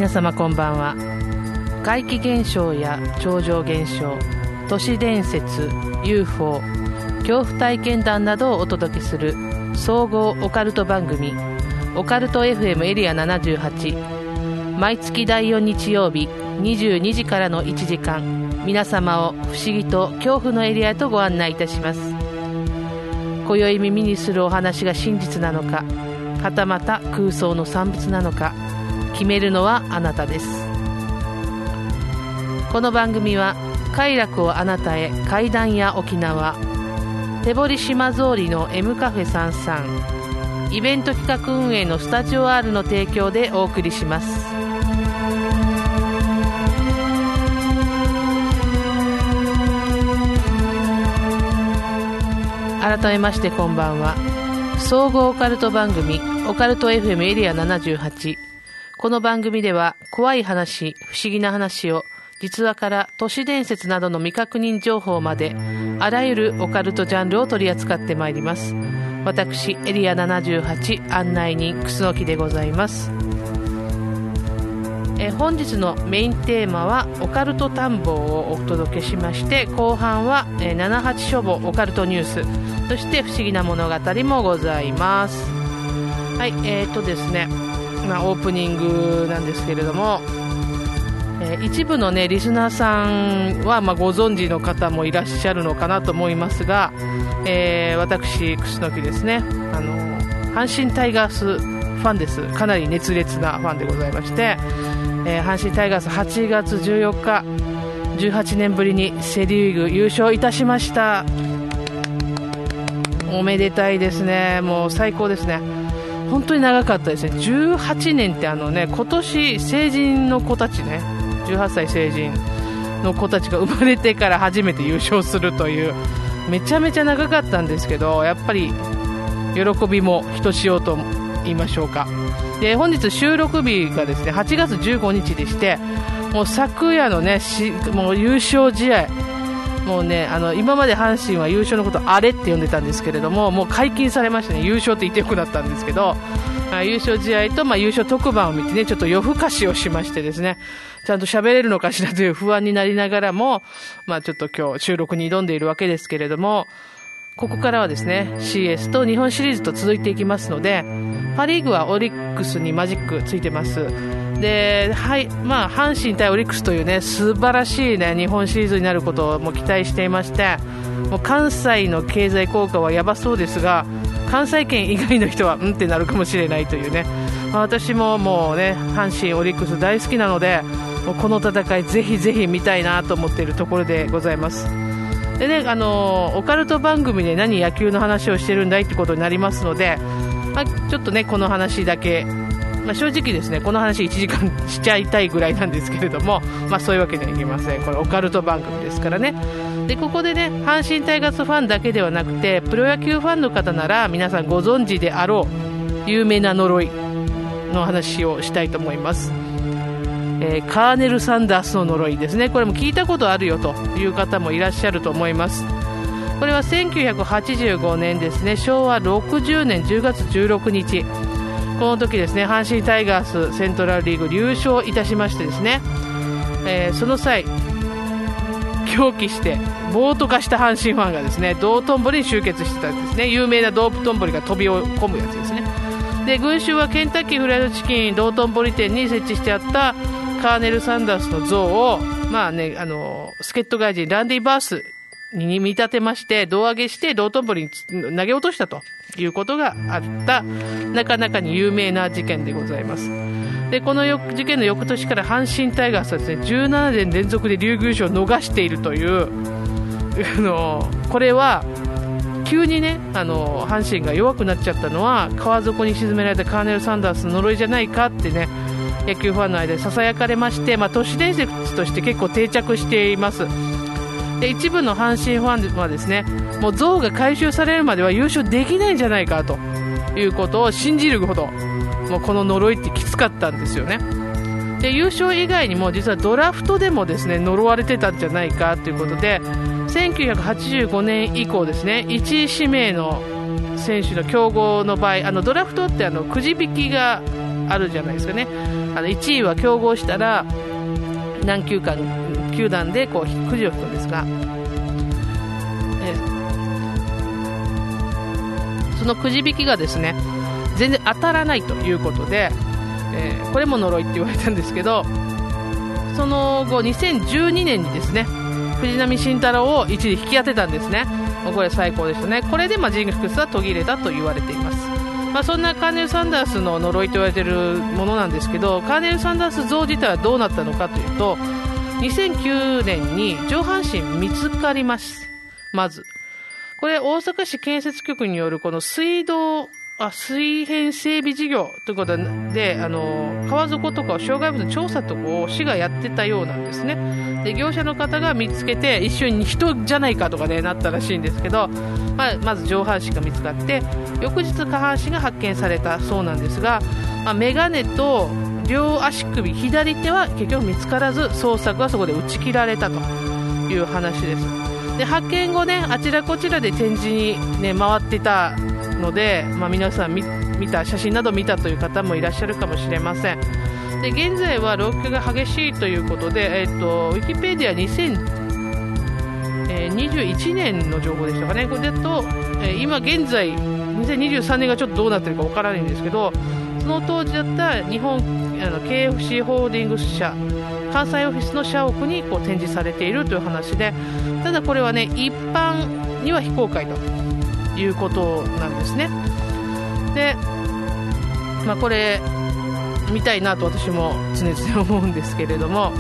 皆様こんばんは。怪奇現象や超常現象、都市伝説、 UFO、 恐怖体験談などをお届けする総合オカルト番組、オカルト FM エリア78。毎月第4日曜日22時からの1時間、皆様を不思議と恐怖のエリアへとご案内いたします。今宵耳にするお話が真実なのか、はたまた空想の産物なのか、決めるのはあなたです。この番組は快楽をあなたへ、怪談や沖縄、手堀島通りの M カフェ33、イベント企画運営のスタジオ R の提供でお送りします。改めましてこんばんは。総合オカルト番組オカルト FM エリア78。この番組では怖い話、不思議な話を実話から都市伝説などの未確認情報まで、あらゆるオカルトジャンルを取り扱ってまいります。私エリア78案内人楠木でございます。本日のメインテーマはオカルト探訪をお届けしまして、後半は78書房オカルトニュース、そして不思議な物語もございます。はい、ですね、オープニングなんですけれども、一部のねリスナーさんはご存知の方もいらっしゃるのかなと思いますが、私楠木ですね、阪神タイガースファンです。かなり熱烈なファンでございまして、阪神タイガース8月14日18年ぶりにセリーグ優勝いたしました。おめでたいですね。もう最高ですね。本当に長かったですね。18年って今年成人の子たちね、18歳成人の子たちが生まれてから初めて優勝するという、めちゃめちゃ長かったんですけど、やっぱり喜びもひとしおと言いましょうか。で、本日収録日がですね8月15日でして、もう昨夜のねもう優勝試合、もうね今まで阪神は優勝のことをあれって呼んでたんですけれども、もう解禁されましたね。優勝って言ってよくなったんですけど、優勝試合と、優勝特番を見てね、ちょっと夜更かしをしましてですね、ちゃんと喋れるのかしらという不安になりながらも、ちょっと今日収録に挑んでいるわけですけれども、ここからはですね CS と日本シリーズと続いていきますので、パリーグはオリックスにマジックついてます。で、はい、阪神対オリックスというね素晴らしいね日本シリーズになることをも期待していまして、もう関西の経済効果はやばそうですが、関西圏以外の人はってなるかもしれないというね、私ももうね阪神オリックス大好きなので、もうこの戦いぜひぜひ見たいなと思っているところでございます。でね、オカルト番組で何野球の話をしてるんだいってことになりますので、ちょっとねこの話だけ、正直ですねこの話1時間しちゃいたいぐらいなんですけれども、そういうわけにはいきません。これオカルト番組ですからね。で、ここでね阪神タイガースファンだけではなくて、プロ野球ファンの方なら皆さんご存知であろう有名な呪いの話をしたいと思います。カーネル・サンダースの呪いですね。これも聞いたことあるよという方もいらっしゃると思います。これは1985年ですね、昭和60年10月16日、この時ですね阪神タイガースセントラルリーグ優勝いたしましてですね、その際狂気して暴徒化した阪神ファンがですね道頓堀に集結してたんですね。有名な道頓堀が飛び込むやつですね。で、群衆はケンタッキーフライドチキン道頓堀店に設置してあったカーネル・サンダースの像を、助っ人外人ランディ・バースに見立てまして、胴上げして道頓堀に投げ落としたということがあったなかなかに有名な事件でございます。で、この事件の翌年から阪神タイガースはですね17年連続でリーグ優勝を逃しているというこれは急にね阪神が弱くなっちゃったのは川底に沈められたカーネル・サンダースの呪いじゃないかってね野球ファンの間で囁かれまして、都市伝説として結構定着しています。で、一部の阪神ファンはですね、もう像が回収されるまでは優勝できないんじゃないかということを信じるほど、もうこの呪いってきつかったんですよね。で、優勝以外にも実はドラフトでもですね呪われてたんじゃないかということで、1985年以降ですね、1位指名の選手の競合の場合、ドラフトってくじ引きがあるじゃないですかね。1位は競合したら何球団でこうくじを引くんですが、そのくじ引きがですね全然当たらないということで、これも呪いって言われたんですけど、その後2012年にですね藤浪晋太郎を1位引き当てたんですね。これ最高でしたね。これでジンクスは途切れたと言われています。そんなカーネル・サンダースの呪いと言われているものなんですけど、カーネル・サンダース像自体はどうなったのかというと、2009年に上半身見つかります。まずこれ大阪市建設局によるこの水辺整備事業ということで、川底とか障害物調査とかを市がやってたようなんですね。で業者の方が見つけて一緒に人じゃないかとかなったらしいんですけど、まず上半身が見つかって翌日下半身が発見されたそうなんですが、メガネと両足首左手は結局見つからず、捜索はそこで打ち切られたという話です。で発見後ねあちらこちらで展示に、回ってたので、皆さん見た写真など見たという方もいらっしゃるかもしれません。で現在は老朽が激しいということで、ウィキペディア2021年の情報でしたかね。これだと、今現在2023年がちょっとどうなってるかわからないんですけど、その当時だった日本KFC ホールディングス社関西オフィスの社屋にこう展示されているという話で、ただこれはね一般には非公開ということなんですね。で、これ見たいなと私も常々思うんですけれども、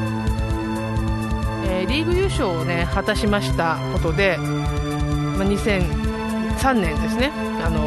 リーグ優勝をね果たしましたことで、2003年ですね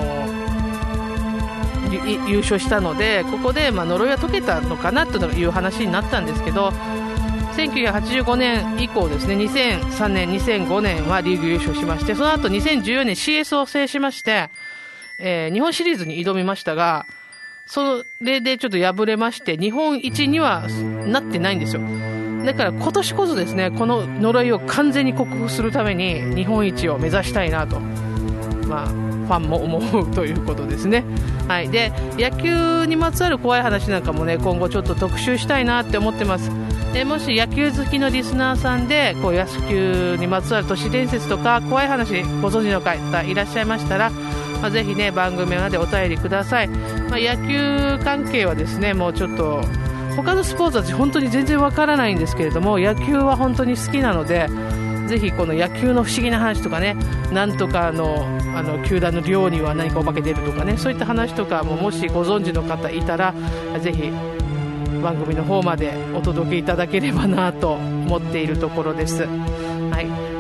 優勝したので、ここで呪いは解けたのかなという話になったんですけど、1985年以降ですね、2003年2005年はリーグ優勝しまして、その後2014年 CS を制しまして、日本シリーズに挑みましたが、それでちょっと敗れまして日本一にはなってないんですよ。だから今年こそですねこの呪いを完全に克服するために日本一を目指したいなと、ファンも思うということですね。はい。で野球にまつわる怖い話なんかもね今後ちょっと特集したいなって思ってます。もし野球好きのリスナーさんで野球にまつわる都市伝説とか怖い話ご存知の方いらっしゃいましたら、ぜひね番組までお便りください。野球関係はですねもうちょっと他のスポーツは本当に全然わからないんですけれども、野球は本当に好きなので、ぜひこの野球の不思議な話とかね、なんとか球団の寮には何かお化け出るとかね、そういった話とかももしご存知の方いたらぜひ番組の方までお届けいただければなと思っているところです。はい。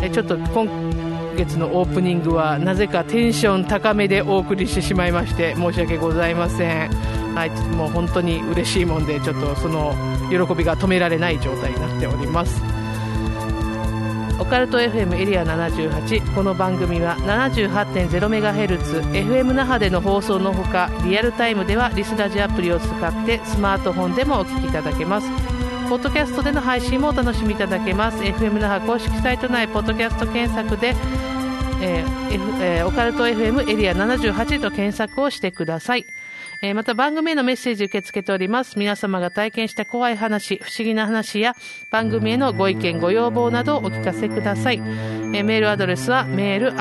ちょっと今月のオープニングはなぜかテンション高めでお送りしてしまいまして申し訳ございません。はい、もう本当に嬉しいもんでちょっとその喜びが止められない状態になっております。オカルト FM エリア78、この番組は 78.0MHz FM 那覇での放送のほか、リアルタイムではリスラジアプリを使ってスマートフォンでもお聞きいただけます。ポッドキャストでの配信もお楽しみいただけます。 FM 那覇公式サイト内ポッドキャスト検索で、オカルト FM エリア78と検索をしてください。また番組へのメッセージ受け付けております。皆様が体験した怖い話、不思議な話や番組へのご意見ご要望などをお聞かせください。メールアドレスはメール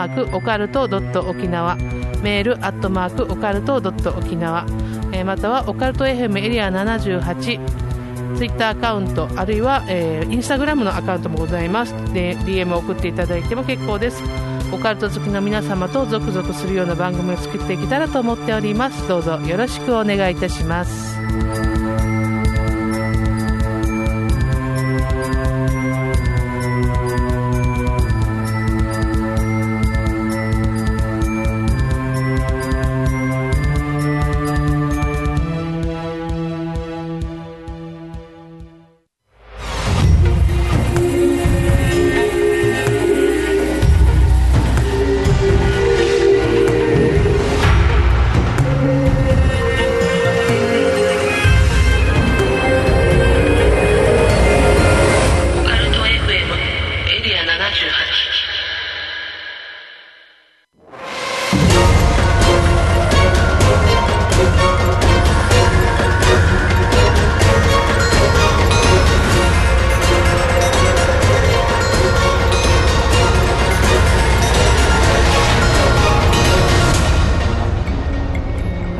@occult.okinawa、メール@occult.okinawa、またはオカルト FM エリア78ツイッターアカウント、あるいは、インスタグラムのアカウントもございます。で DM を送っていただいても結構です。オカルト好きの皆様とゾクゾクするような番組を作っていけたらと思っております。どうぞよろしくお願いいたします。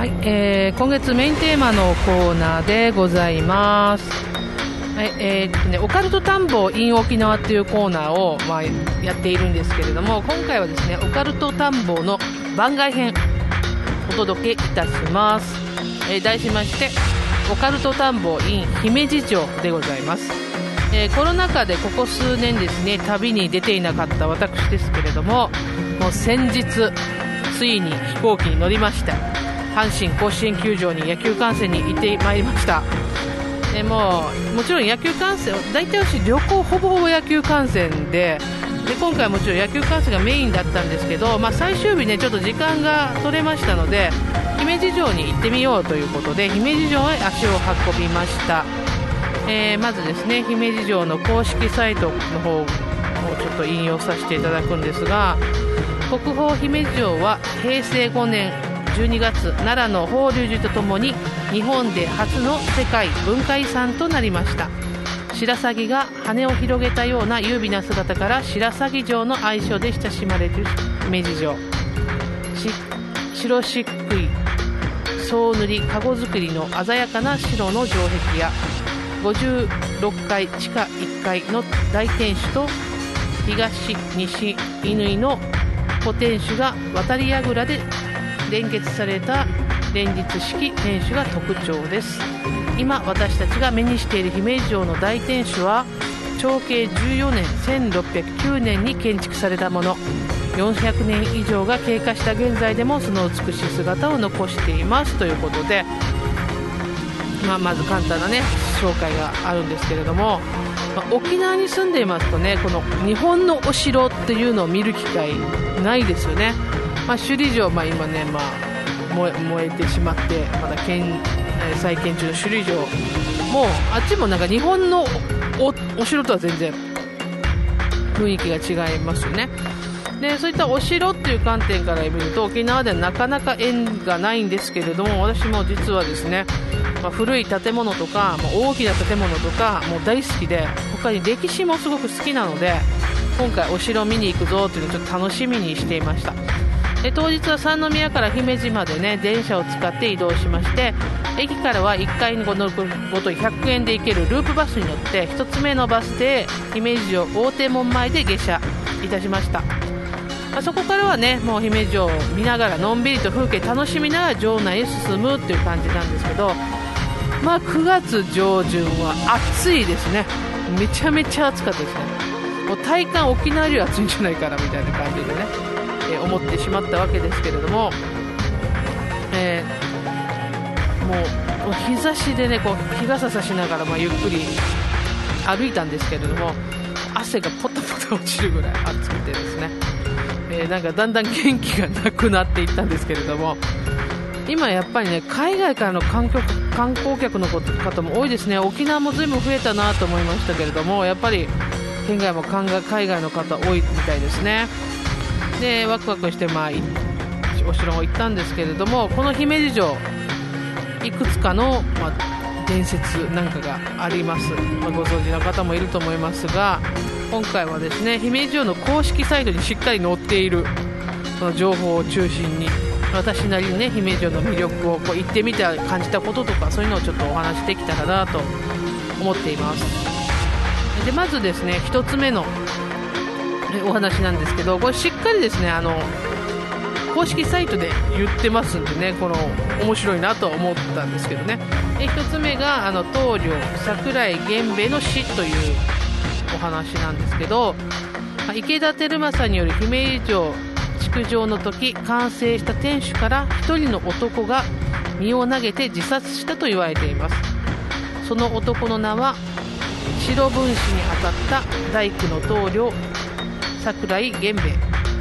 はい、今月メインテーマのコーナーでございます。はい、オカルト探訪 in 沖縄というコーナーを、やっているんですけれども、今回はですね、オカルト探訪の番外編お届けいたします。題しましてオカルト探訪 in 姫路城でございます。コロナ禍でここ数年ですね、旅に出ていなかった私ですけれども、もう先日ついに飛行機に乗りました。阪神甲子園球場に野球観戦に行ってまいりました。もちろん野球観戦、大体私旅行ほぼほぼ野球観戦で今回はもちろん野球観戦がメインだったんですけど、最終日ねちょっと時間が取れましたので、姫路城に行ってみようということで姫路城へ足を運びました。まずですね、姫路城の公式サイトの方をちょっと引用させていただくんですが、国宝姫路城は平成5年12月奈良の法隆寺とともに日本で初の世界文化遺産となりました。白鷺が羽を広げたような優美な姿から白鷺城の愛称で親しまれている姫路城。白漆喰、総塗り、籠作りの鮮やかな白の城壁や56階地下1階の大天守と東西乾の小天守が渡り櫓で連結された連日式天守が特徴です。今私たちが目にしている姫路城の大天守は長慶14年1609年に建築されたもの。400年以上が経過した現在でもその美しい姿を残していますということで、まず簡単なね紹介があるんですけれども、沖縄に住んでいますとね、この日本のお城っていうのを見る機会ないですよね。首里城、今ね、燃えてしまってまだ再建中の首里城もうあっちもなんか日本の お城とは全然雰囲気が違いますよね。でそういったお城っていう観点から見ると沖縄ではなかなか縁がないんですけれども、私も実はですね、古い建物とか大きな建物とかもう大好きで、他に歴史もすごく好きなので今回お城見に行くぞというのをちょっと楽しみにしていました。で当日は三宮から姫路までね電車を使って移動しまして、駅からは1回に乗るごとに100円で行けるループバスに乗って1つ目のバス停姫路城大手門前で下車いたしました。そこからはねもう姫路城を見ながらのんびりと風景楽しみながら城内へ進むっていう感じなんですけど、9月上旬は暑いですね。めちゃめちゃ暑かったですね。もう体感沖縄より暑いんじゃないかなみたいな感じでね、思ってしまったわけですけれども、もう日差しでね日傘差しながらゆっくり歩いたんですけれども、汗がポタポタ落ちるぐらい暑くてですね、なんかだんだん元気がなくなっていったんですけれども、今やっぱりね海外からの観光客の方も多いですね。沖縄も随分増えたなと思いましたけれども、やっぱり県外も海外の方多いみたいですね。でワクワクしてお城も行ったんですけれども、この姫路城いくつかの、伝説なんかがあります。ご存知の方もいると思いますが、今回はですね姫路城の公式サイトにしっかり載っているその情報を中心に私なりにね姫路城の魅力を行ってみて感じたこととかそういうのをちょっとお話しできたらなと思っています。でまずですね一つ目のお話なんですけど、これしっかりですね公式サイトで言ってますんでね、この面白いなと思ったんですけどね。一つ目が棟梁櫻井源兵衛の死というお話なんですけど、池田輝政による姫路城築城の時完成した天守から一人の男が身を投げて自殺したと言われています。その男の名は白分子に当たった大工の棟梁櫻井源兵衛。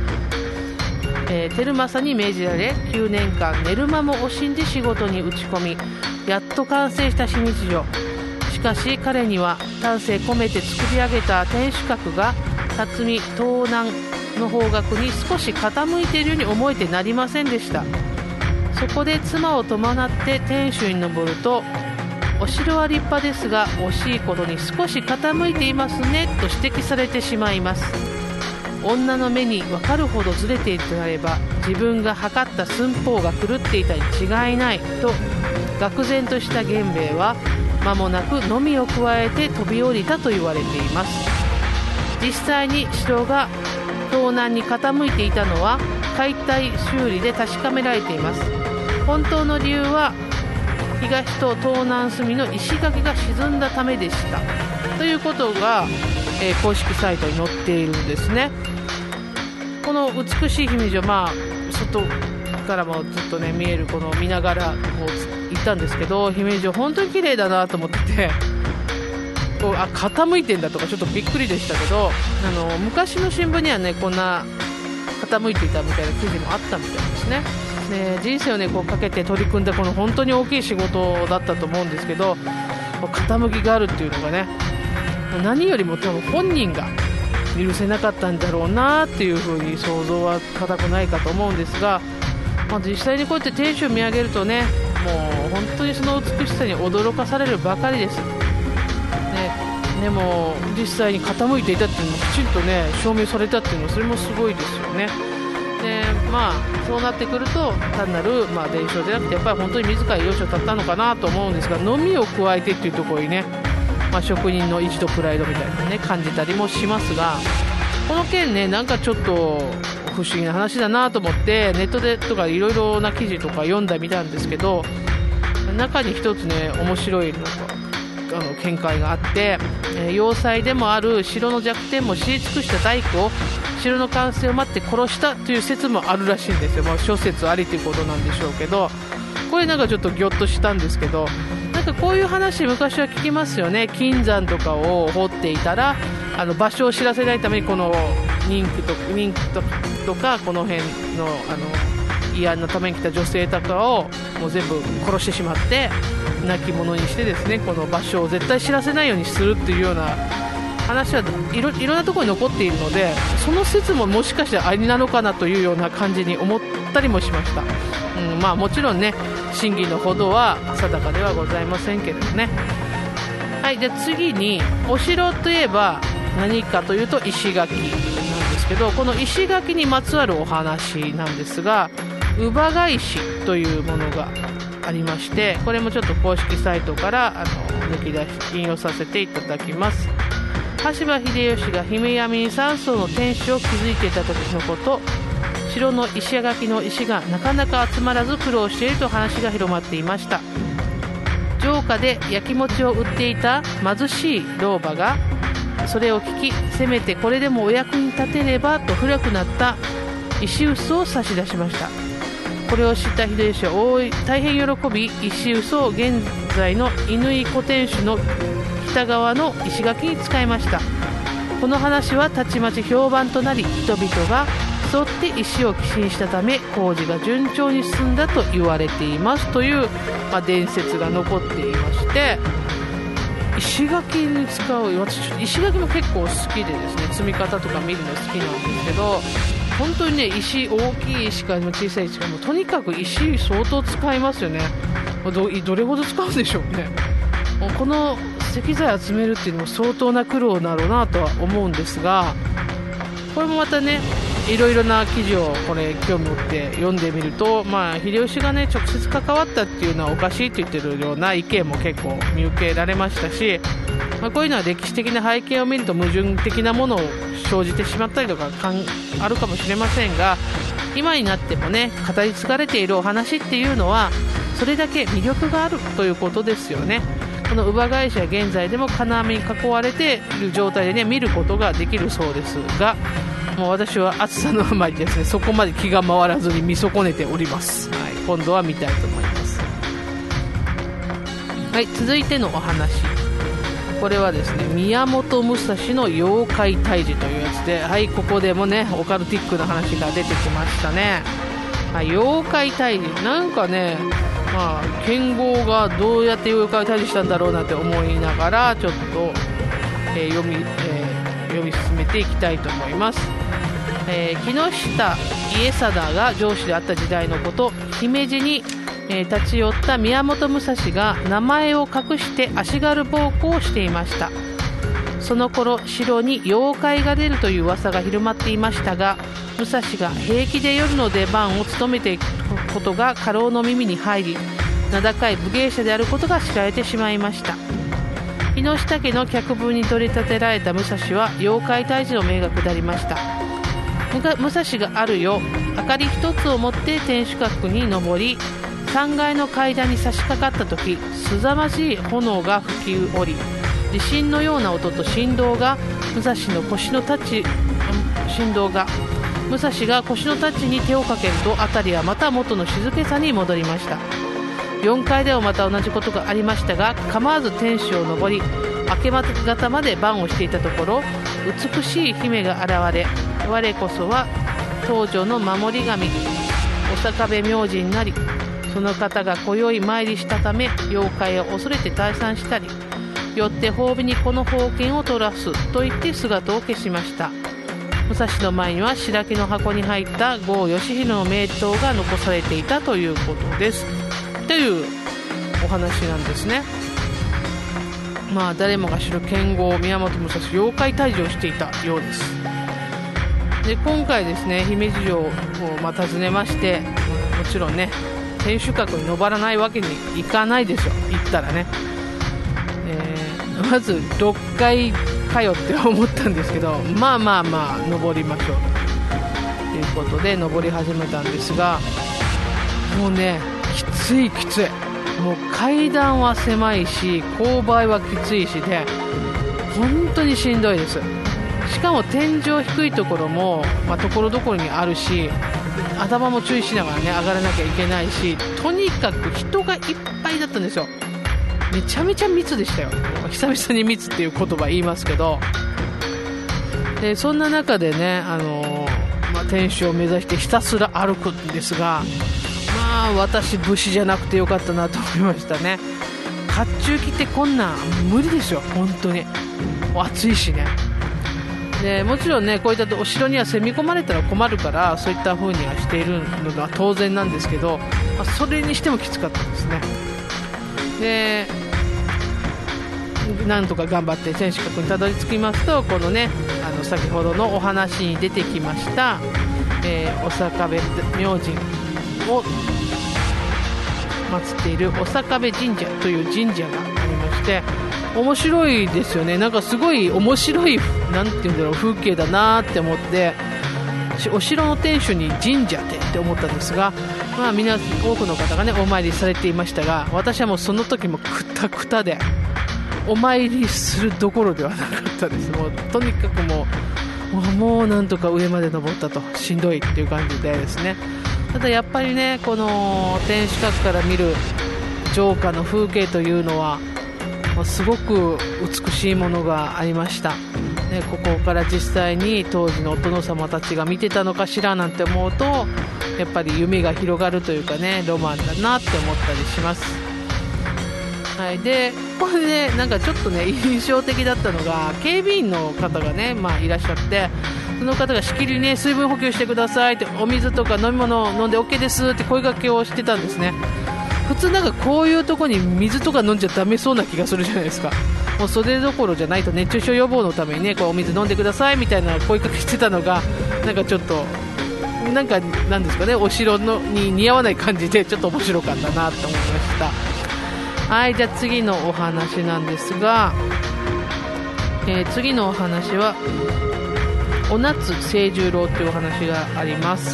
輝政に命じられ9年間寝る間も惜しんで仕事に打ち込み、やっと完成した姫路城。しかし彼には丹精込めて作り上げた天守閣が辰巳東南の方角に少し傾いているように思えてなりませんでした。そこで妻を伴って天守に登ると、お城は立派ですが惜しいことに少し傾いていますねと指摘されてしまいます。 女の目に分かるほどずれているとなれば自分が測った寸法が狂っていたに違いないと愕然とした源兵衛は間もなくのみを加えて飛び降りたと言われています。実際に城が東南に傾いていたのは解体修理で確かめられています。本当の理由は東と東南隅の石垣が沈んだためでしたということが、公式サイトに載っているんですね。この美しい姫路を、外からもずっとね見えるこの見ながらこう行ったんですけど、姫路本当に綺麗だなと思ってて、傾いてんだとかちょっとびっくりでしたけど、昔の新聞にはねこんな傾いていたみたいな記事もあったみたいですね。で人生をねこうかけて取り組んだこの本当に大きい仕事だったと思うんですけど、傾きがあるっていうのがね何よりも多分本人が許せなかったんだろうなっていう風に想像は固くないかと思うんですが、実際にこうやって天守を見上げるとねもう本当にその美しさに驚かされるばかりです、でも実際に傾いていたっていうのもきちんとね証明されたっていうのはそれもすごいですよね。でそうなってくると単なる伝承じゃなくてやっぱり本当に自ら命を絶ったのかなと思うんですが、のみを加えてっていうところにね、職人の意地とプライドみたいなね感じたりもしますが、この件ねなんかちょっと不思議な話だなと思ってネットでとかいろいろな記事とか読んだみたんですけど、中に一つね面白いのが見解があって、要塞でもある城の弱点も知り尽くした大工を城の完成を待って殺したという説もあるらしいんですよ。諸説ありということなんでしょうけど、これなんかちょっとギョッとしたんですけど、なんかこういう話昔は聞きますよね。金山とかを掘っていたら場所を知らせないためにこの人気とかこの辺の慰安のために来た女性とかをもう全部殺してしまって亡き者にしてですね、この場所を絶対知らせないようにするっていうような話はいろんなところに残っているので、その説ももしかしてありなのかなというような感じに思ったりもしました。もちろんね真偽のほどは定かではございませんけれどね。はい、で次にお城といえば何かというと石垣なんですけど、この石垣にまつわるお話なんですが、乳母返しというものがありまして、これもちょっと公式サイトから抜き出し引用させていただきます。羽柴秀吉が姫闇に3層の天守を築いていた時のこと、城の石垣の石がなかなか集まらず苦労していると話が広まっていました。城下で焼き餅を売っていた貧しい老婆がそれを聞き、せめてこれでもお役に立てればと古くなった石臼を差し出しました。これを知った秀吉は大変喜び、石臼を現在の乾小天守の北側の石垣に使いました。この話はたちまち評判となり、人々が競って石を寄進したため工事が順調に進んだと言われていますという、伝説が残っていまして、石垣に使う、私石垣も結構好きでですね、積み方とか見るの好きなんですけど、本当にね石、大きい石から小さい石からもとにかく石相当使いますよね。どれほど使うんでしょうね。この石材集めるっていうのも相当な苦労だろうなとは思うんですが、これもまたねいろいろな記事をこれ興味を持って読んでみると、秀吉がね直接関わったっていうのはおかしいと言ってるような意見も結構見受けられましたし、こういうのは歴史的な背景を見ると矛盾的なものを生じてしまったりとかあるかもしれませんが、今になってもね語り継がれているお話っていうのはそれだけ魅力があるということですよね。この乳母返しは現在でも金網に囲われている状態でね見ることができるそうですが、もう私は暑さのあまりですねそこまで気が回らずに見損ねております。今度は見たいと思います。続いてのお話、これはですね宮本武蔵の妖怪退治というやつで、ここでもねオカルティックな話が出てきましたね。妖怪退治なんかね、剣豪がどうやって妖怪退治したんだろうなって思いながらちょっと、読み進めていきたいと思います。木下家定が城主であった時代のこと、姫路に、立ち寄った宮本武蔵が名前を隠して足軽奉公をしていました。 その頃城に妖怪が出るという噂が広まっていましたが、武蔵が平気で夜の出番を務めていくことが家老の耳に入り、名高い武芸者であることが知られてしまいました。木下家の脚文に取り立てられた武蔵は妖怪退治の命が下りました。武蔵がある夜、明かり一つを持って天守閣に登り、3階の階段に差し掛かった時、すざまじい炎が吹き降り、地震のような音と振動が武蔵が腰のタッチに手をかけると、辺りはまた元の静けさに戻りました。4階でもまた同じことがありましたが、構わず天守を登り、明け方まで番をしていたところ、美しい姫が現れ、我こそは東条の守り神、長壁明神なり、その方が今宵参りしたため、妖怪を恐れて退散したり、よって褒美にこの宝剣を取らすと言って姿を消しました。武蔵の前には白木の箱に入った郷義弘の名刀が残されていたということです、というお話なんですね。誰もが知る剣豪宮本武蔵、妖怪退治をしていたようです。で、今回ですね、姫路城を訪ねまして、もちろんね、天守閣に登らないわけにいかないでしょ、行ったらね。まず6回通って思ったんですけど、登りましょうということで登り始めたんですが、もうね、きついもう階段は狭いし、勾配はきついしで、本当にしんどいです。しかも天井低いところも、ところどころにあるし、頭も注意しながらね、上がらなきゃいけないし、とにかく人がいっぱいだったんですよ。めちゃめちゃ密でしたよ。久々に密っていう言葉言いますけど、でそんな中でね、天守を目指してひたすら歩くんですが、私武士じゃなくてよかったなと思いましたね。甲冑着てこんなん無理ですよ、本当に。暑いしね。でもちろんね、こういったお城には攻め込まれたら困るから、そういった風にはしているのが当然なんですけど、それにしてもきつかったですね。でなんとか頑張って天守閣にたどり着きますと、このね、先ほどのお話に出てきました、長壁明神を祀っている長壁神社という神社がありまして、面白いですよね。なんかすごい面白い、なんていうんだろう、風景だなって思って、お城の天守に神社って思ったんですが、多くの方がねお参りされていましたが、私はもうその時もくたくたで、お参りするどころではなかったです。もうとにかくもうなんとか上まで登ったと、しんどいっていう感じでですね。ただやっぱりね、この天守閣から見る城下の風景というのはすごく美しいものがありました、ね。ここから実際に当時のお殿様たちが見てたのかしらなんて思うと、やっぱり夢が広がるというかね、ロマンだなって思ったりします。はい、でこれね、なんかちょっとね印象的だったのが、警備員の方がね、いらっしゃって、その方がしきりにね、水分補給してくださいって、お水とか飲み物飲んで OK ですって声掛けをしてたんですね。普通なんかこういうとこに水とか飲んじゃダメそうな気がするじゃないですか。もうそれどころじゃないと、熱中症予防のためにね、お水飲んでくださいみたいな声かけしてたのが、なんかちょっとなんですかね、お城に似合わない感じで、ちょっと面白かったなと思いました。はい、じゃあ次のお話なんですが、次のお話はお夏清十郎というお話があります。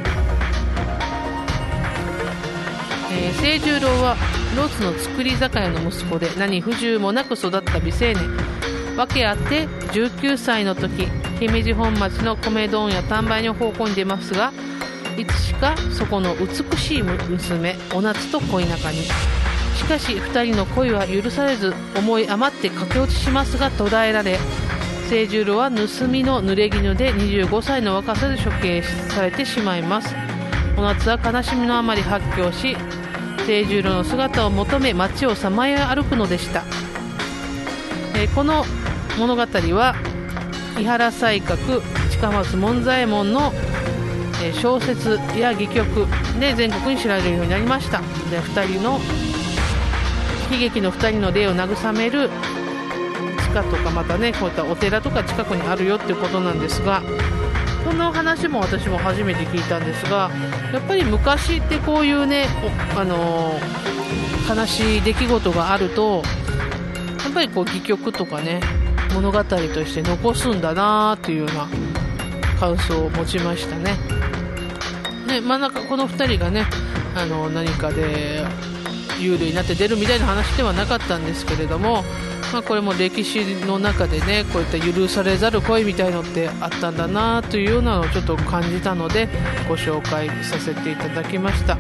清十郎はロスの造り酒屋の息子で、何不自由もなく育った美青年。訳あって19歳の時、姫路本町の米問屋丹梅の奉公に出ますが、いつしかそこの美しい娘お夏と恋仲に。しかし2人の恋は許されず、思い余って駆け落ちしますが捕らえられ、清十郎は盗みの濡れ衣で25歳の若さで処刑されてしまいます。お夏は悲しみのあまり発狂し、清十郎の姿を求め街をさまよい歩くのでした。この物語は井原西鶴、近松門左衛門の小説や戯曲で全国に知られるようになりました。で、悲劇の2人の霊を慰める塚とかまたねこういったお寺とか近くにあるよっていうことなんですが、この話も私も初めて聞いたんですが、やっぱり昔ってこういうね悲しい出来事があるとやっぱりこう戯曲とかね物語として残すんだなというような感想を持ちましたね。で、なんかこの2人がね何かで幽霊になって出るみたいな話ではなかったんですけれども、これも歴史の中でねこういった許されざる恋みたいのってあったんだなというようなのをちょっと感じたのでご紹介させていただきました。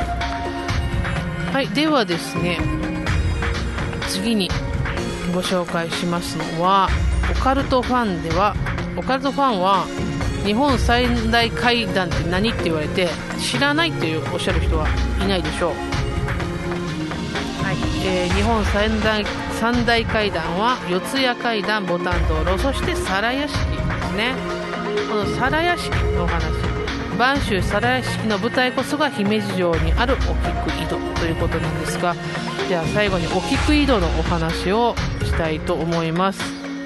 はい、ではですね、次にご紹介しますのはオカルトファンは日本三大怪談って何って言われて知らないっておっしゃる人はいないでしょう。はい、日本三大怪談は四谷怪談、牡丹道路、そして皿屋敷ですね。この皿屋敷のお話、播州皿屋敷の舞台こそが姫路城にあるお菊井戸ということなんですが、では最後にお菊井戸のお話をしたいと思います。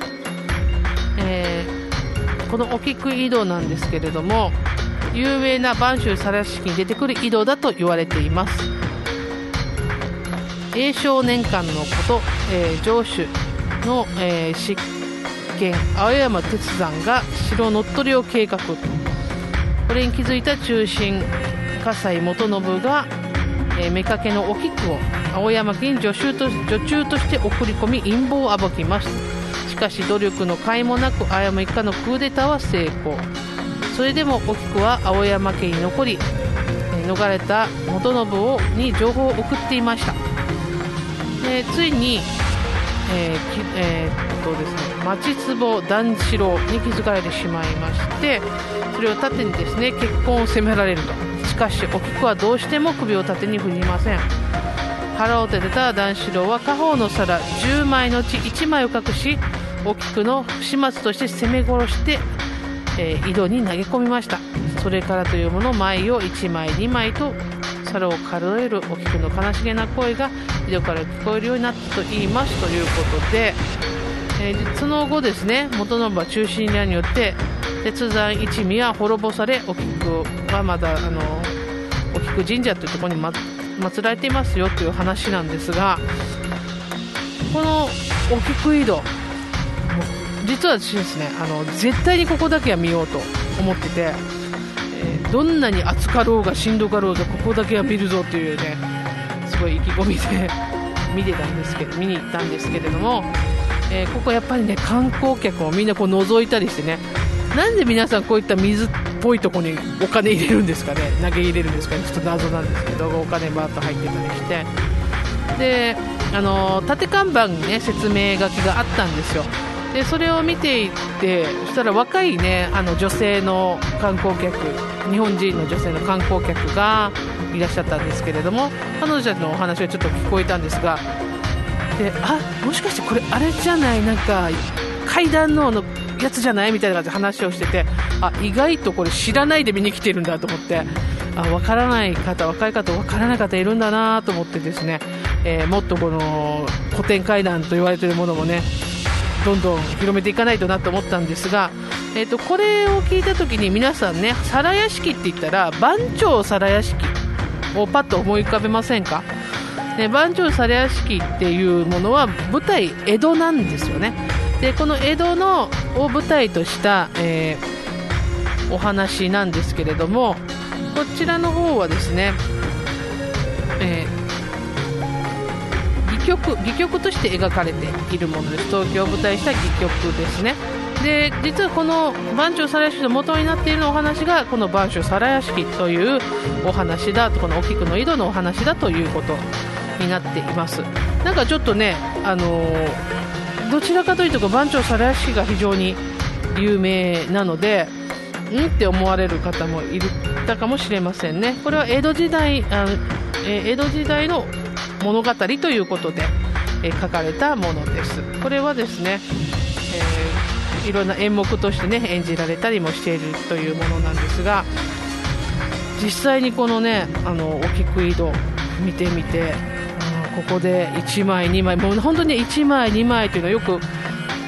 このお菊井戸なんですけれども、有名な播州皿屋敷に出てくる井戸だと言われています。永正年間のこと、城主の、執権青山鉄山が城乗っ取りを計画。これに気づいた忠臣葛西元信が、妾のお菊を青山家に女中として送り込み陰謀を暴きます。しかし努力の甲斐もなく青山一家のクーデターは成功。それでもお菊は青山家に残り、逃れた元信に情報を送っていました。ついに、ですね、町壺段四郎に気づかれてしまいまして、それを盾にですね結婚を迫られると。しかしお菊はどうしても首を盾に振りません。腹を立てた段四郎は家宝の皿10枚のうち1枚を隠し、お菊の不始末として攻め殺して、井戸に投げ込みました。それからというもの舞を1枚2枚と皿を数えるお菊の悲しげな声が井戸から聞こえるようになったと言いますということで、その後ですね元信は忠臣らによって鉄山一味は滅ぼされ、お菊はまだお菊神社というところに祀られていますよという話なんですが、このお菊井戸実は私ですね絶対にここだけは見ようと思ってて、どんなに暑かろうがしんどかろうがここだけは見るぞというねすごい意気込みで見に行ったんですけれども、ここやっぱりね観光客もみんなこう覗いたりしてね、なんで皆さんこういった水っぽいところにお金入れるんですかね、投げ入れるんですかね、ちょっと謎なんですけど、お金バーッと入ってたりして、で縦看板にね説明書きがあったんですよ。でそれを見ていってそしたら若いね女性の観光客、日本人の女性の観光客がいらっしゃったんですけれども、彼女たちのお話がちょっと聞こえたんですが、でもしかしてこれあれじゃない、なんか階段のやつじゃないみたいな感じで話をしてて、意外とこれ知らないで見に来てるんだと思って、わからない方、若い方わからない方いるんだなと思ってですね、もっとこの古典怪談と言われているものもねどんどん広めていかないとなと思ったんですが、これを聞いた時に皆さんね皿屋敷って言ったら番町皿屋敷をパッと思い浮かべませんか。番町皿屋敷っていうものは舞台江戸なんですよね。でこの江戸のを舞台とした、お話なんですけれども、こちらの方はですね、戯曲として描かれているものです。東京を舞台した戯曲ですね。で実はこの番町皿屋敷の元になっているお話がこの番町皿屋敷というお話だと、このお菊の井戸のお話だということになっています。なんかちょっとね、どちらかというと番町皿屋敷が非常に有名なのでって思われる方もいたかもしれませんね。これは江戸時代の物語ということで、書かれたものです。これはですね、いろんな演目としてね演じられたりもしているというものなんですが、実際にこのねお菊井戸見てみて、ここで1枚2枚もう本当に1枚2枚というのはよく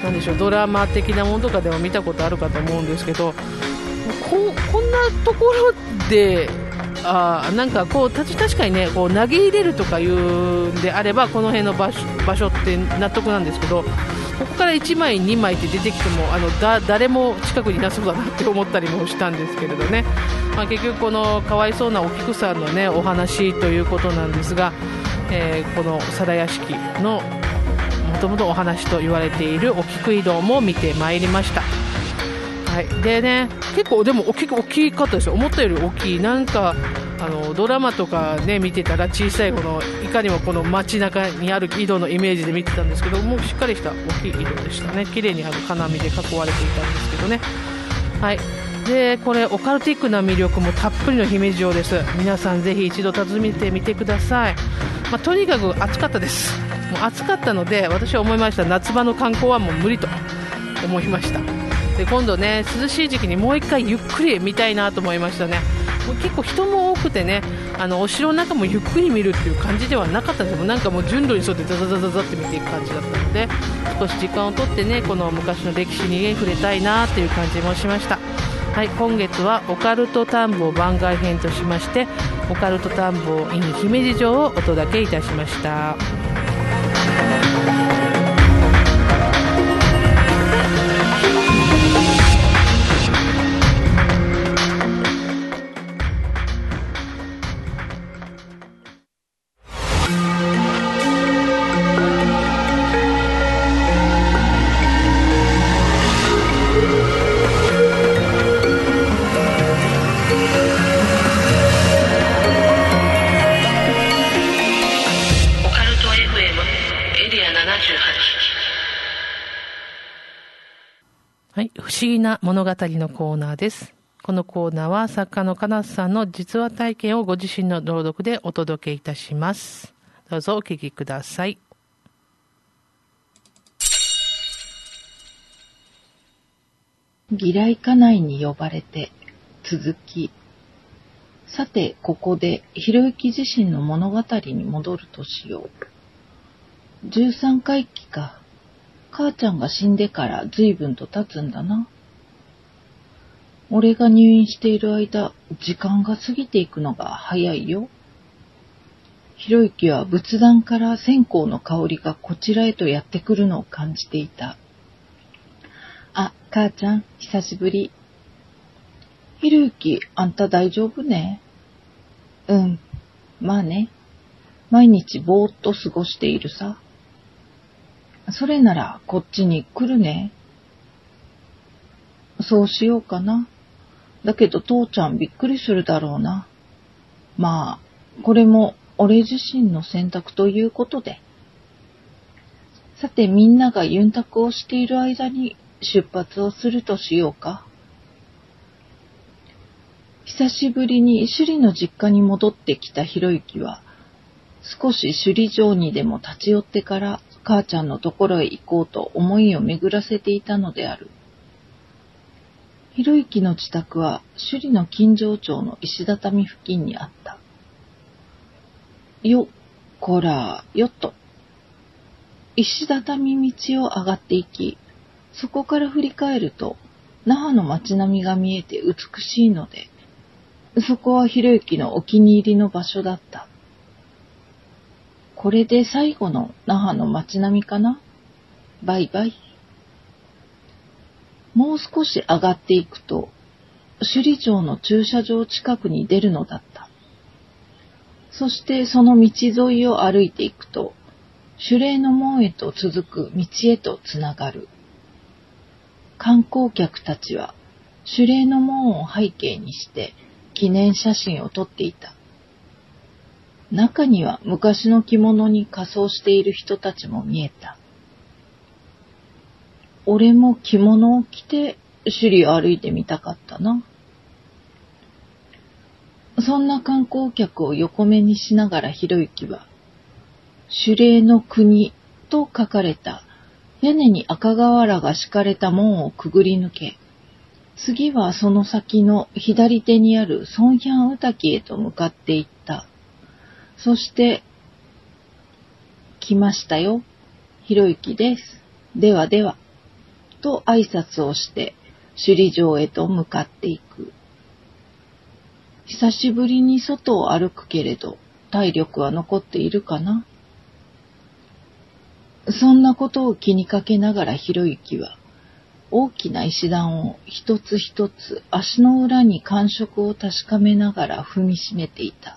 なんでしょう、ドラマ的なものとかでも見たことあるかと思うんですけど、こんなところでなんかこう確かにね、こう投げ入れるとかいうんであればこの辺の場所って納得なんですけど、ここから1枚2枚って出てきても誰も近くにいなそうだなって思ったりもしたんですけれどね、結局このかわいそうなお菊さんのねお話ということなんですが、この皿屋敷のもともとお話と言われているお菊井戸も見てまいりました。はい、でね、結構でも大きかったですよ。思ったより大きい。なんかドラマとかね見てたら小さいいかにもこの街中にある井戸のイメージで見てたんですけど、もうしっかりした大きい井戸でしたね。綺麗に金網で囲われていたんですけどね。はい。でこれオカルティックな魅力もたっぷりの姫路城です。皆さんぜひ一度訪ねてみてください。とにかく暑かったです。もう暑かったので私は思いました。夏場の観光はもう無理と思いました。で今度ね涼しい時期にもう一回ゆっくり見たいなと思いましたね。もう結構人も多くてね、お城の中もゆっくり見るっていう感じではなかったんですけど、なんかもう順路に沿ってザザザザザって見ていく感じだったので、少し時間をとってねこの昔の歴史に、ね、触れたいなっていう感じもしました。はい、今月はオカルト探訪番外編としましてオカルト探訪 in 姫路城をお届けいたしました。はい、不思議な物語のコーナーです。このコーナーは作家の金須さんの実話体験をご自身の朗読でお届けいたします。どうぞお聞きください。 義来家内に呼ばれて続き。さてここでひろゆき自身の物語に戻るとしよう。13回忌か。母ちゃんが死んでから随分と経つんだな。俺が入院している間、時間が過ぎていくのが早いよ。ひろゆきは仏壇から線香の香りがこちらへとやってくるのを感じていた。あ、母ちゃん、久しぶり。ひろゆき、あんた大丈夫ね？うん、まあね。毎日ぼーっと過ごしているさ。それならこっちに来るね。そうしようかな。だけど父ちゃんびっくりするだろうな。まあ、これも俺自身の選択ということで。さてみんながユンタクをしている間に出発をするとしようか。久しぶりに首里の実家に戻ってきたひろゆきは、少し首里城にでも立ち寄ってから母ちゃんのところへ行こうと思いを巡らせていたのである。ひろゆきの自宅は首里の金城町の石畳付近にあった。よ、こら、よっと。石畳道を上がっていき、そこから振り返ると、那覇の街並みが見えて美しいので、そこはひろゆきのお気に入りの場所だった。これで最後の那覇の街並みかな。バイバイ。もう少し上がっていくと、首里城の駐車場近くに出るのだった。そしてその道沿いを歩いていくと、守礼の門へと続く道へとつながる。観光客たちは守礼の門を背景にして記念写真を撮っていた。中には昔の着物に仮装している人たちも見えた。俺も着物を着て首里を歩いてみたかったな。そんな観光客を横目にしながらひろゆきは、守礼の国と書かれた屋根に赤瓦が敷かれた門をくぐり抜け、次はその先の左手にあるソンヒャンウタキへと向かっていった。そして、来ましたよ。ひろゆきです。ではでは。 と挨拶をして首里城へと向かっていく。久しぶりに外を歩くけれど、体力は残っているかな。そんなことを気にかけながらひろゆきは、大きな石段を一つ一つ足の裏に感触を確かめながら踏みしめていた。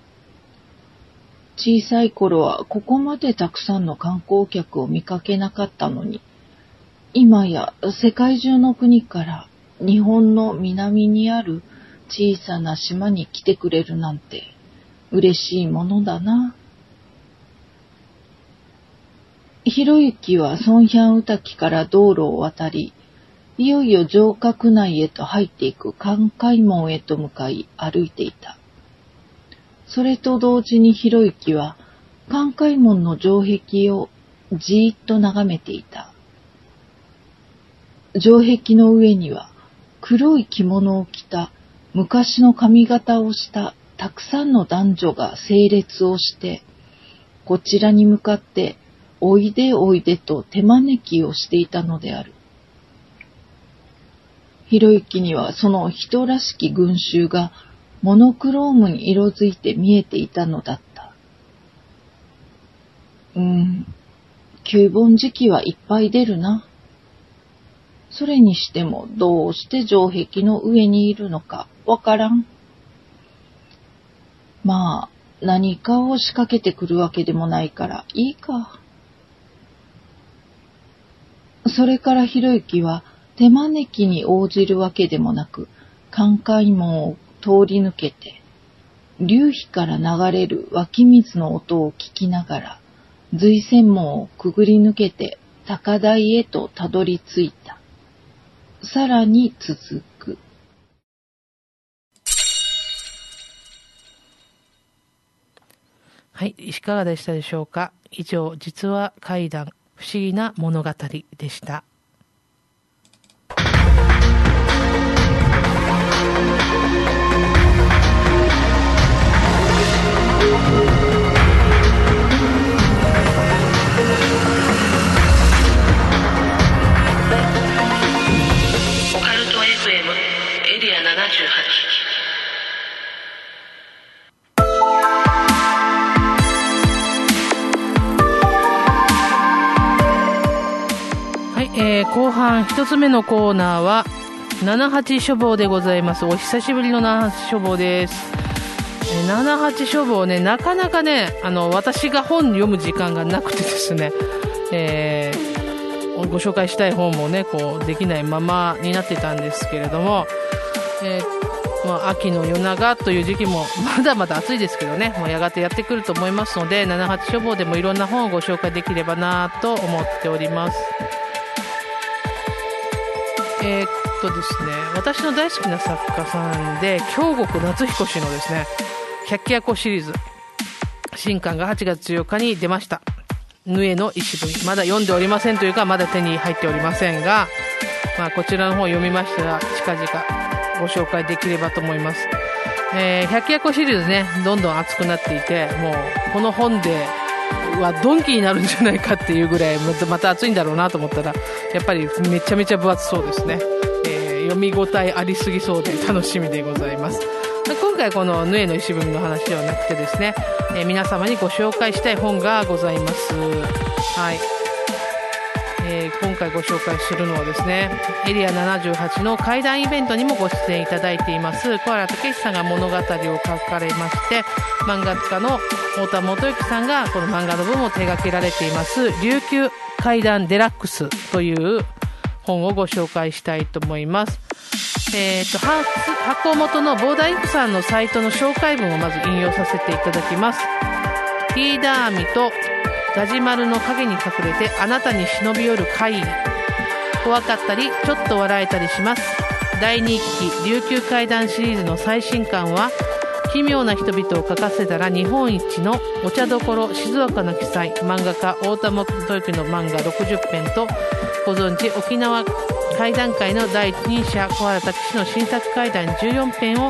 小さい頃はここまでたくさんの観光客を見かけなかったのに、今や世界中の国から日本の南にある小さな島に来てくれるなんて嬉しいものだな。ひろゆきはソンヒャンウタキから道路を渡り、いよいよ城郭内へと入っていく関海門へと向かい歩いていた。それと同時にひろゆきは関海門の城壁をじーっと眺めていた。城壁の上には黒い着物を着た昔の髪型をしたたくさんの男女が整列をして、こちらに向かっておいでおいでと手招きをしていたのである。ひろゆきにはその人らしき群衆がモノクロームに色づいて見えていたのだった。旧盆時期はいっぱい出るな。それにしてもどうして城壁の上にいるのかわからん。まあ、何かを仕掛けてくるわけでもないからいいか。それからひろゆきは手招きに応じるわけでもなく、関海門を通り抜けて、流氷から流れる湧き水の音を聞きながら、瑞泉門をくぐり抜けて高台へとたどり着いた。さらに続く。 はい、いかがでしたでしょうか。以上、実話怪談不思議な物語でした。オカルト FM エリア78。後半一つ目のコーナーは78書房でございます。お久しぶりの78書房です。78書房ね、なかなかね、私が本読む時間がなくてですね、ご紹介したい本もね、こうできないままになってたんですけれども、秋の夜長という時期もまだまだ暑いですけどね、もうやがてやってくると思いますので、78書房でもいろんな本をご紹介できればなと思っております。ですね、私の大好きな作家さんで京極夏彦氏のですね、百鬼夜行シリーズ新刊が8月14日に出ました。ヌエの一文、まだ読んでおりませんというか、まだ手に入っておりませんが、こちらの本を読みましたら近々ご紹介できればと思います。百鬼夜行シリーズね、どんどん熱くなっていて、もうこの本ではドンキになるんじゃないかっていうぐらいまた熱いんだろうなと思ったら、やっぱりめちゃめちゃ分厚そうですね。読み応えありすぎそうで楽しみでございます。今回このヌエの石踏みの話ではなくてですね、皆様にご紹介したい本がございます。はい。今回ご紹介するのはですね、エリア78の怪談イベントにもご出演いただいています小原武史さんが物語を書かれまして、漫画家の太田元幸さんがこの漫画の部分を手掛けられています琉球怪談デラックスという本をご紹介したいと思います。発行元のボーダーインクさんのサイトの紹介文をまず引用させていただきます。ピーダーミとガジマルの影に隠れてあなたに忍び寄る怪異、怖かったりちょっと笑えたりします。第2期琉球怪談シリーズの最新刊は、奇妙な人々を描かせたら日本一のお茶どころ静岡の記載、漫画家太田元幸の漫画60編と、ご存知沖縄怪談界の第一人者小原武史の新作怪談14編を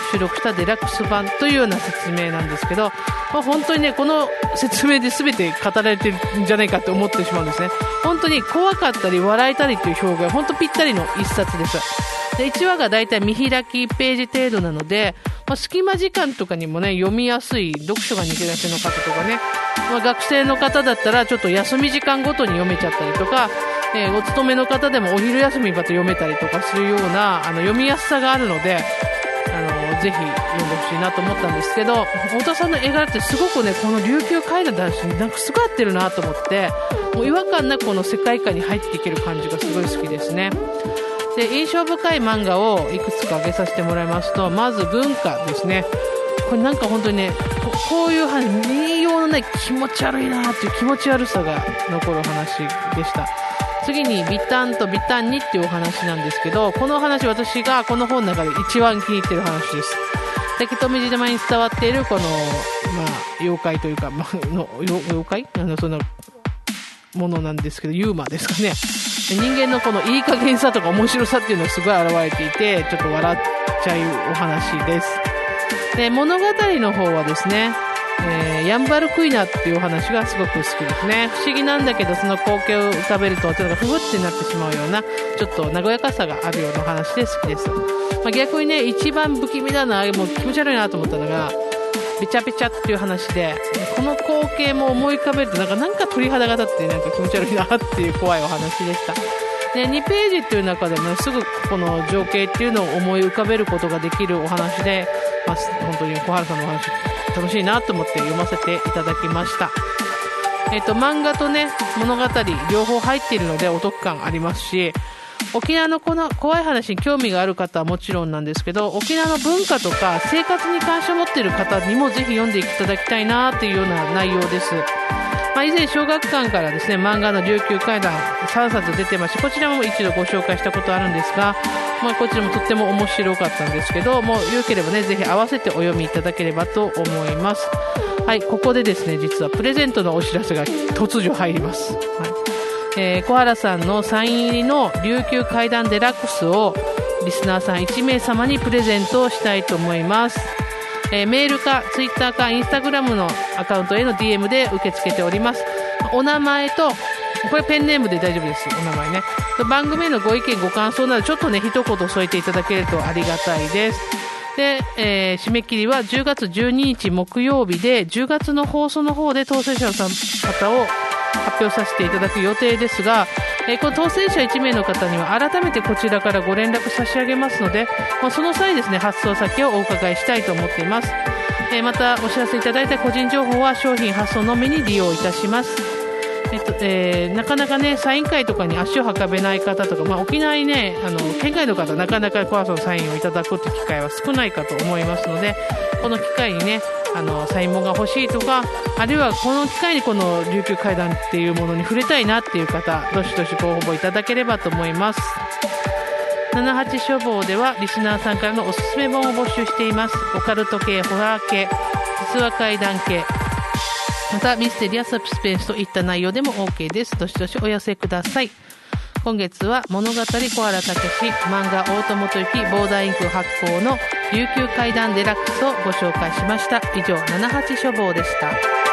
収録したデラックス版というような説明なんですけど、本当にねこの説明で全て語られてるんじゃないかと思ってしまうんですね。本当に怖かったり笑えたりという表現、本当ぴったりの一冊です。で1話がだいたい見開きページ程度なので、隙間時間とかにもね読みやすい、読書が苦手の方とかね、学生の方だったらちょっと休み時間ごとに読めちゃったりとか、お勤めの方でもお昼休みまた読めたりとかするような読みやすさがあるので、ぜひ読んでほしいなと思ったんですけど、太田さんの絵柄ってすごくねこの琉球絵画だしなんかすごい合ってるなと思って、もう違和感なくこの世界観に入っていける感じがすごい好きですね。で印象深い漫画をいくつか挙げさせてもらいますと、まず文化ですね。これなんか本当にねこういう話、民謡のね気持ち悪いなっていう気持ち悪さが残るお話でした。次にビタンとビタンにっていうお話なんですけど、この話私がこの本の中で一番気に入ってる話です。竹富島に伝わっているこの、妖怪というか、妖怪そんなものなんですけど、ユーマですかね。人間のこのいい加減さとか面白さっていうのがすごい現れていて、ちょっと笑っちゃうお話です。で物語の方はですね、ヤンバルクイナっていうお話がすごく好きですね。不思議なんだけどその光景を浮かべるとちょっとふふってなってしまうようなちょっと和やかさがあるようなお話で好きです。逆にね一番不気味だな、もう気持ち悪いなと思ったのがべちゃべちゃっていう話で、この光景も思い浮かべるとなんか鳥肌が立ってなんか気持ち悪いなっていう怖いお話でした。で2ページっていう中でも、ね、すぐこの情景っていうのを思い浮かべることができるお話で、本当に小原さんのお話楽しいなと思って読ませていただきました。漫画とね物語両方入っているのでお得感ありますし、沖縄のこの怖い話に興味がある方はもちろんなんですけど、沖縄の文化とか生活に関心を持っている方にもぜひ読んでいただきたいなというような内容です。以前小学館からですね漫画の琉球怪談3冊出てまして、こちらも一度ご紹介したことあるんですが、こちらもとっても面白かったんですけど、もうよければねぜひ合わせてお読みいただければと思います。はい、ここでですね実はプレゼントのお知らせが突如入ります。小原さんのサイン入りの琉球怪談デラックスをリスナーさん1名様にプレゼントをしたいと思います。メールかツイッターかインスタグラムのアカウントへの DM で受け付けております。お名前と、これペンネームで大丈夫です。お名前ね。番組へのご意見ご感想などちょっとね一言添えていただけるとありがたいです。で、締め切りは10月12日木曜日で、10月の放送の方で当選者の方を発表させていただく予定ですが、この当選者1名の方には改めてこちらからご連絡差し上げますので、その際ですね発送先をお伺いしたいと思っています。またお知らせいただいた個人情報は商品発送のみに利用いたします。なかなかねサイン会とかに足を運べない方とか、沖縄にね県外の方なかなか小原さんのサインをいただくって機会は少ないかと思いますので、この機会にねサイン本が欲しいとか、あるいはこの機会にこの琉球怪談っていうものに触れたいなっていう方、どしどしご応募いただければと思います。78書房ではリスナーさんからのおすすめ本を募集しています。オカルト系、ホラー系、実話怪談系、またミステリアスサスペンスといった内容でも OK です。どしどしお寄せください。今月は物語小原武史、漫画大友とゆき、ボーダーインク発行の琉球怪談デラックスをご紹介しました。以上、78書房でした。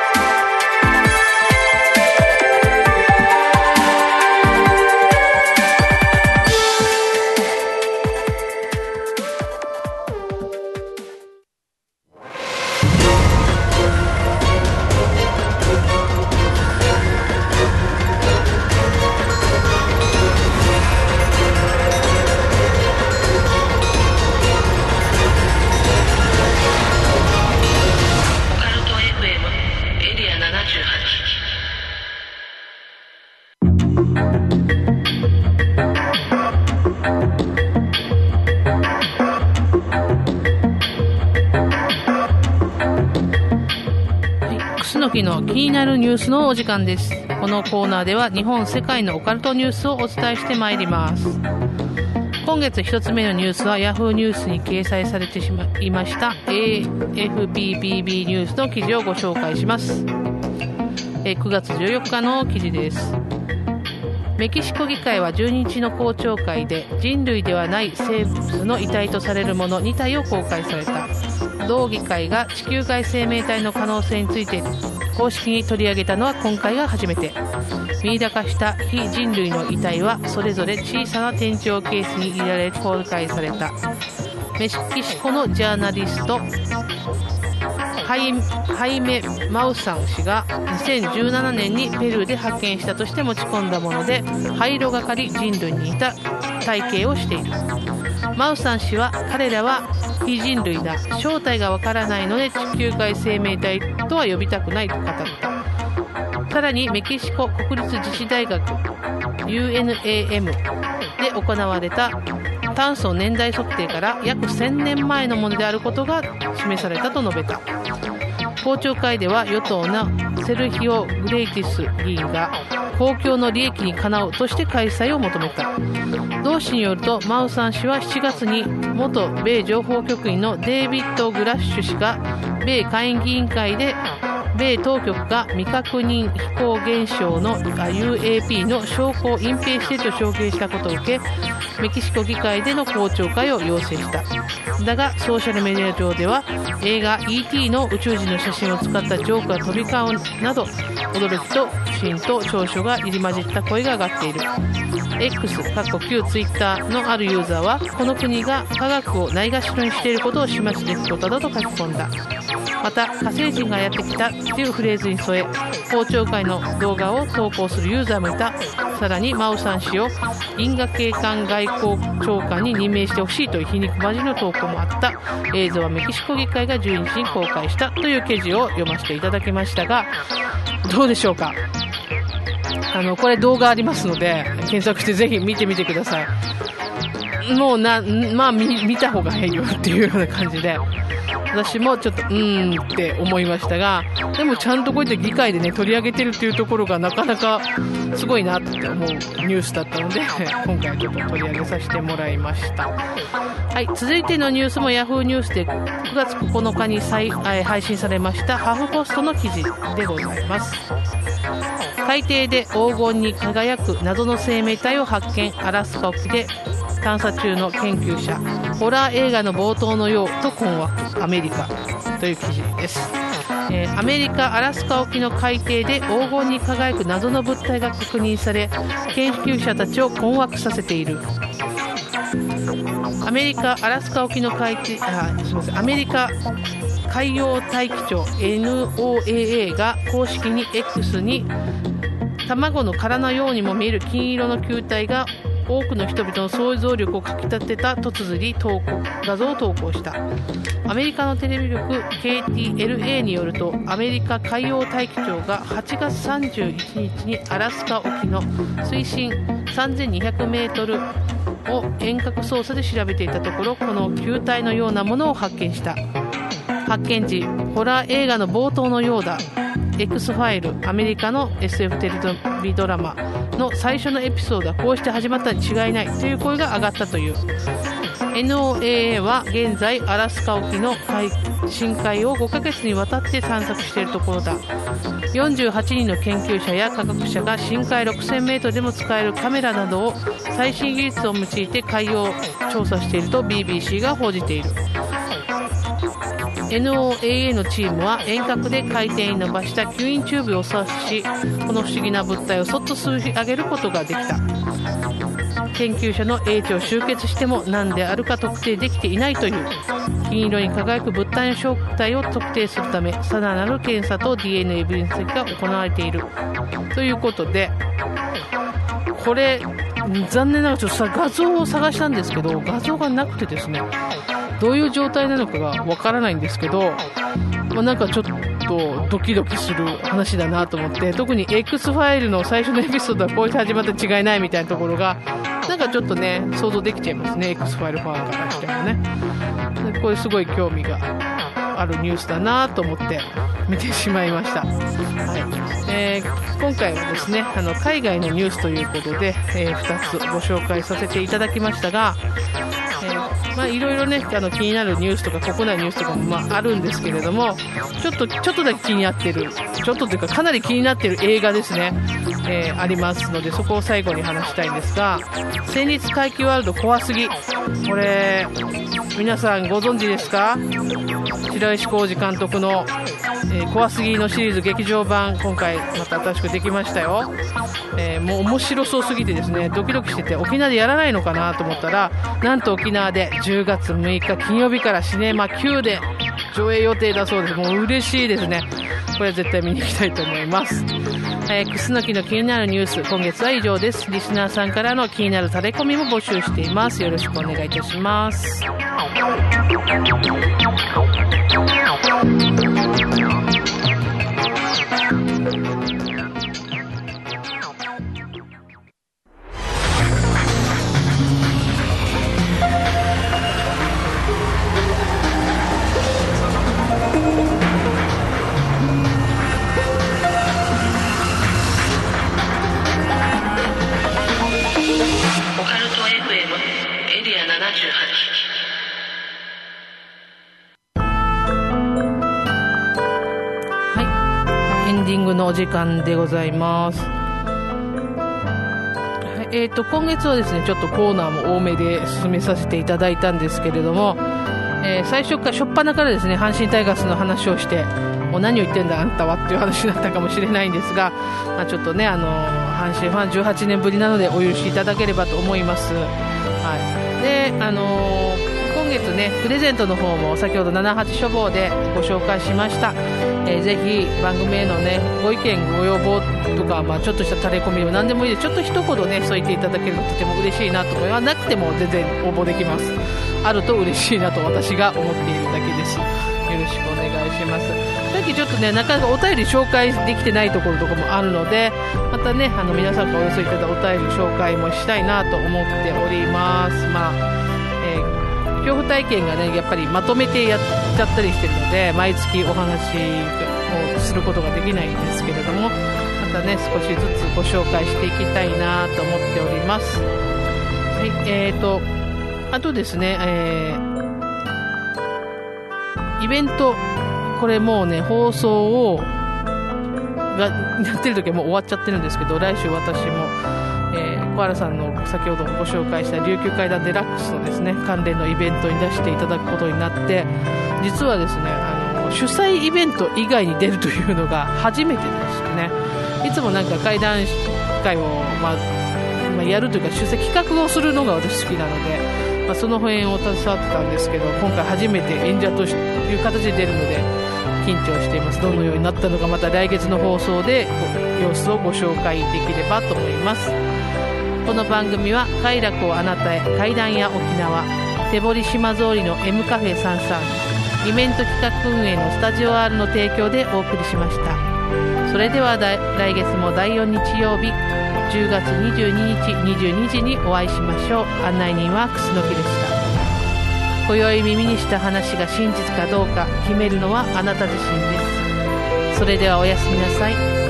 の気になるニュースのお時間です。このコーナーでは日本世界のオカルトニュースをお伝えしてまいります。今月一つ目のニュースはヤフーニュースに掲載されてしまいました AFBBB ニュースの記事をご紹介します。9月14日の記事です。 メキシコ議会は12日の公聴会で人類ではない生物の遺体とされるもの2体を公開された。同議会が地球外生命体の可能性について公式に取り上げたのは今回が初めて。ミイラ化した非人類の遺体はそれぞれ小さな天井ケースに入れられ公開された。メキシコのジャーナリストハイメ・マウサン氏が2017年にペルーで発見したとして持ち込んだもので、灰色がかり人類に似た体型をしている。マウサン氏は彼らは非人類だ、正体がわからないので地球外生命体とは呼びたくないと語った。さらにメキシコ国立自治大学 UNAM で行われた炭素年代測定から約1000年前のものであることが示されたと述べた。公聴会では与党のセルヒオ・グレイティス議員が公共の利益にかなうとして開催を求めた。同氏によるとマウサン氏は7月に元米情報局員のデイビッド・グラッシュ氏が米下院議員会で米当局が未確認飛行現象の UAP の証拠を隠蔽していると証言したことを受け、メキシコ議会での公聴会を要請した。だがソーシャルメディア上では映画 E.T. の宇宙人の写真を使ったジョークが飛び交うなど驚きと不信と長所が入り混じった声が上がっている。 X 旧 Twitter のあるユーザーはこの国が科学をないがしろにしていることを示す出来事だと書き込んだ。また火星人がやってきたというフレーズに添え公聴会の動画を投稿するユーザーもいた。さらにマウサン氏を因果警官外交長官に任命してほしいという皮肉交じりの投稿もあった。映像はメキシコ議会が12日に公開したという記事を読ませていただきましたが、どうでしょうか。これ動画ありますので検索してぜひ見てみてください。もう見た方がいいよっていうような感じで、私もちょっとって思いましたが、でもちゃんとこうやって議会でね取り上げてるっていうところがなかなかすごいなって思うニュースだったので今回ちょっと取り上げさせてもらいました。はい、続いてのニュースも Yahoo ニュースで9月9日に配信されましたハーフポストの記事でございます。海底で黄金に輝く謎の生命体を発見、アラスカ沖で探査中の研究者、ホラー映画の冒頭のようと困惑、アメリカという記事です。アメリカ・アラスカ沖の海底で黄金に輝く謎の物体が確認され、研究者たちを困惑させている。アメリカ・アラスカ沖のアメリカ海洋大気庁 NOAA が公式に X に卵の殻のようにも見える金色の球体が多くの人々の想像力をかき立てたと綴り画像を投稿した。アメリカのテレビ局 KTLA によると、アメリカ海洋大気庁が8月31日にアラスカ沖の水深3200メートルを遠隔操作で調べていたところ、この球体のようなものを発見した。発見時、ホラー映画の冒頭のようだ。X ファイル、アメリカの SF テレビドラマの最初のエピソードはこうして始まったに違いないという声が上がったという。 NOAA は現在アラスカ沖の深海を5ヶ月にわたって探索しているところだ。48人の研究者や科学者が深海6000メートルでも使えるカメラなどを最新技術を用いて海洋を調査していると BBC が報じている。NOAA のチームは遠隔で海底に伸ばした吸引チューブを刺し、この不思議な物体をそっと吸い上げることができた。研究者の英知を集結しても何であるか特定できていないという。金色に輝く物体の正体を特定するため、さらなる検査と DNA 分析が行われているということで、これ残念ながらちょっと画像を探したんですけど、画像がなくてですね、どういう状態なのかがわからないんですけど、なんかちょっとドキドキする話だなと思って、特に X ファイルの最初のエピソードはこうして始まって違いないみたいなところがなんかちょっとね想像できちゃいますね。 X ファイルファンからしてもね、これすごい興味があるニュースだなと思って見てしまいました。今回はですね海外のニュースということで、2つご紹介させていただきましたが、 いろいろね気になるニュースとか国内ニュースとかもあるんですけれども、ちょっとだけ気になってる、ちょっとというかかなり気になってる映画ですね、ありますので、そこを最後に話したいんですが、戦慄回帰ワールド怖すぎ、これ皆さんご存知ですか？白石浩二監督の、怖すぎのシリーズ劇場版、今回また新しくできましたよ。もう面白そうすぎてですね、ドキドキしてて沖縄でやらないのかなと思ったら、なんと沖縄で10月6日金曜日からシネマQで上映予定だそうです。もう嬉しいですね。これは絶対見に行きたいと思います。クスノキの気になるニュース、今月は以上です。リスナーさんからの気になるタレコミも募集しています。よろしくお願いいたします。のお時間でございます。今月はですねちょっとコーナーも多めで進めさせていただいたんですけれども、最初から初っ端からですね阪神タイガースの話をして、もう何を言ってんだあんたはっていう話になったかもしれないんですが、ちょっとね阪神ファン18年ぶりなのでお許しいただければと思います。はい。で今月ねプレゼントの方も先ほど78書房でご紹介しました。ぜひ番組へのねご意見ご要望とか、ちょっとしたタレコミでも何でもいいです。ちょっと一言ね添えていただけるととても嬉しいなと思います。なくても全然応募できます。あると嬉しいなと私が思っているだけです。よろしくお願いします。さっきちょっとねなかなかお便り紹介できてないところとかもあるので、またね皆さんからお寄せいただいたお便り紹介もしたいなと思っております。恐怖体験がねやっぱりまとめてやっちゃったりしてるので、毎月お話をすることができないんですけれども、またね少しずつご紹介していきたいなと思っております。はい、あとですね、イベント、これもうね放送をがやってる時はもう終わっちゃってるんですけど、来週私も小原さんの先ほどご紹介した琉球階段デラックスのですね関連のイベントに出していただくことになって、実はですね主催イベント以外に出るというのが初めてでしてね、いつもなんか階段会を、やるというか主催企画をするのが私好きなので、その辺を携わってたんですけど、今回初めて演者という形で出るので緊張しています。どのようになったのかまた来月の放送で様子をご紹介できればと思います。この番組は快楽をあなたへ階段や沖縄手堀島通りの M カフェ33イベント企画運営のスタジオ R の提供でお送りしました。それでは来月も第4日曜日10月22日22時にお会いしましょう。案内人は楠木でした。今宵耳にした話が真実かどうか決めるのはあなた自身です。それではおやすみなさい。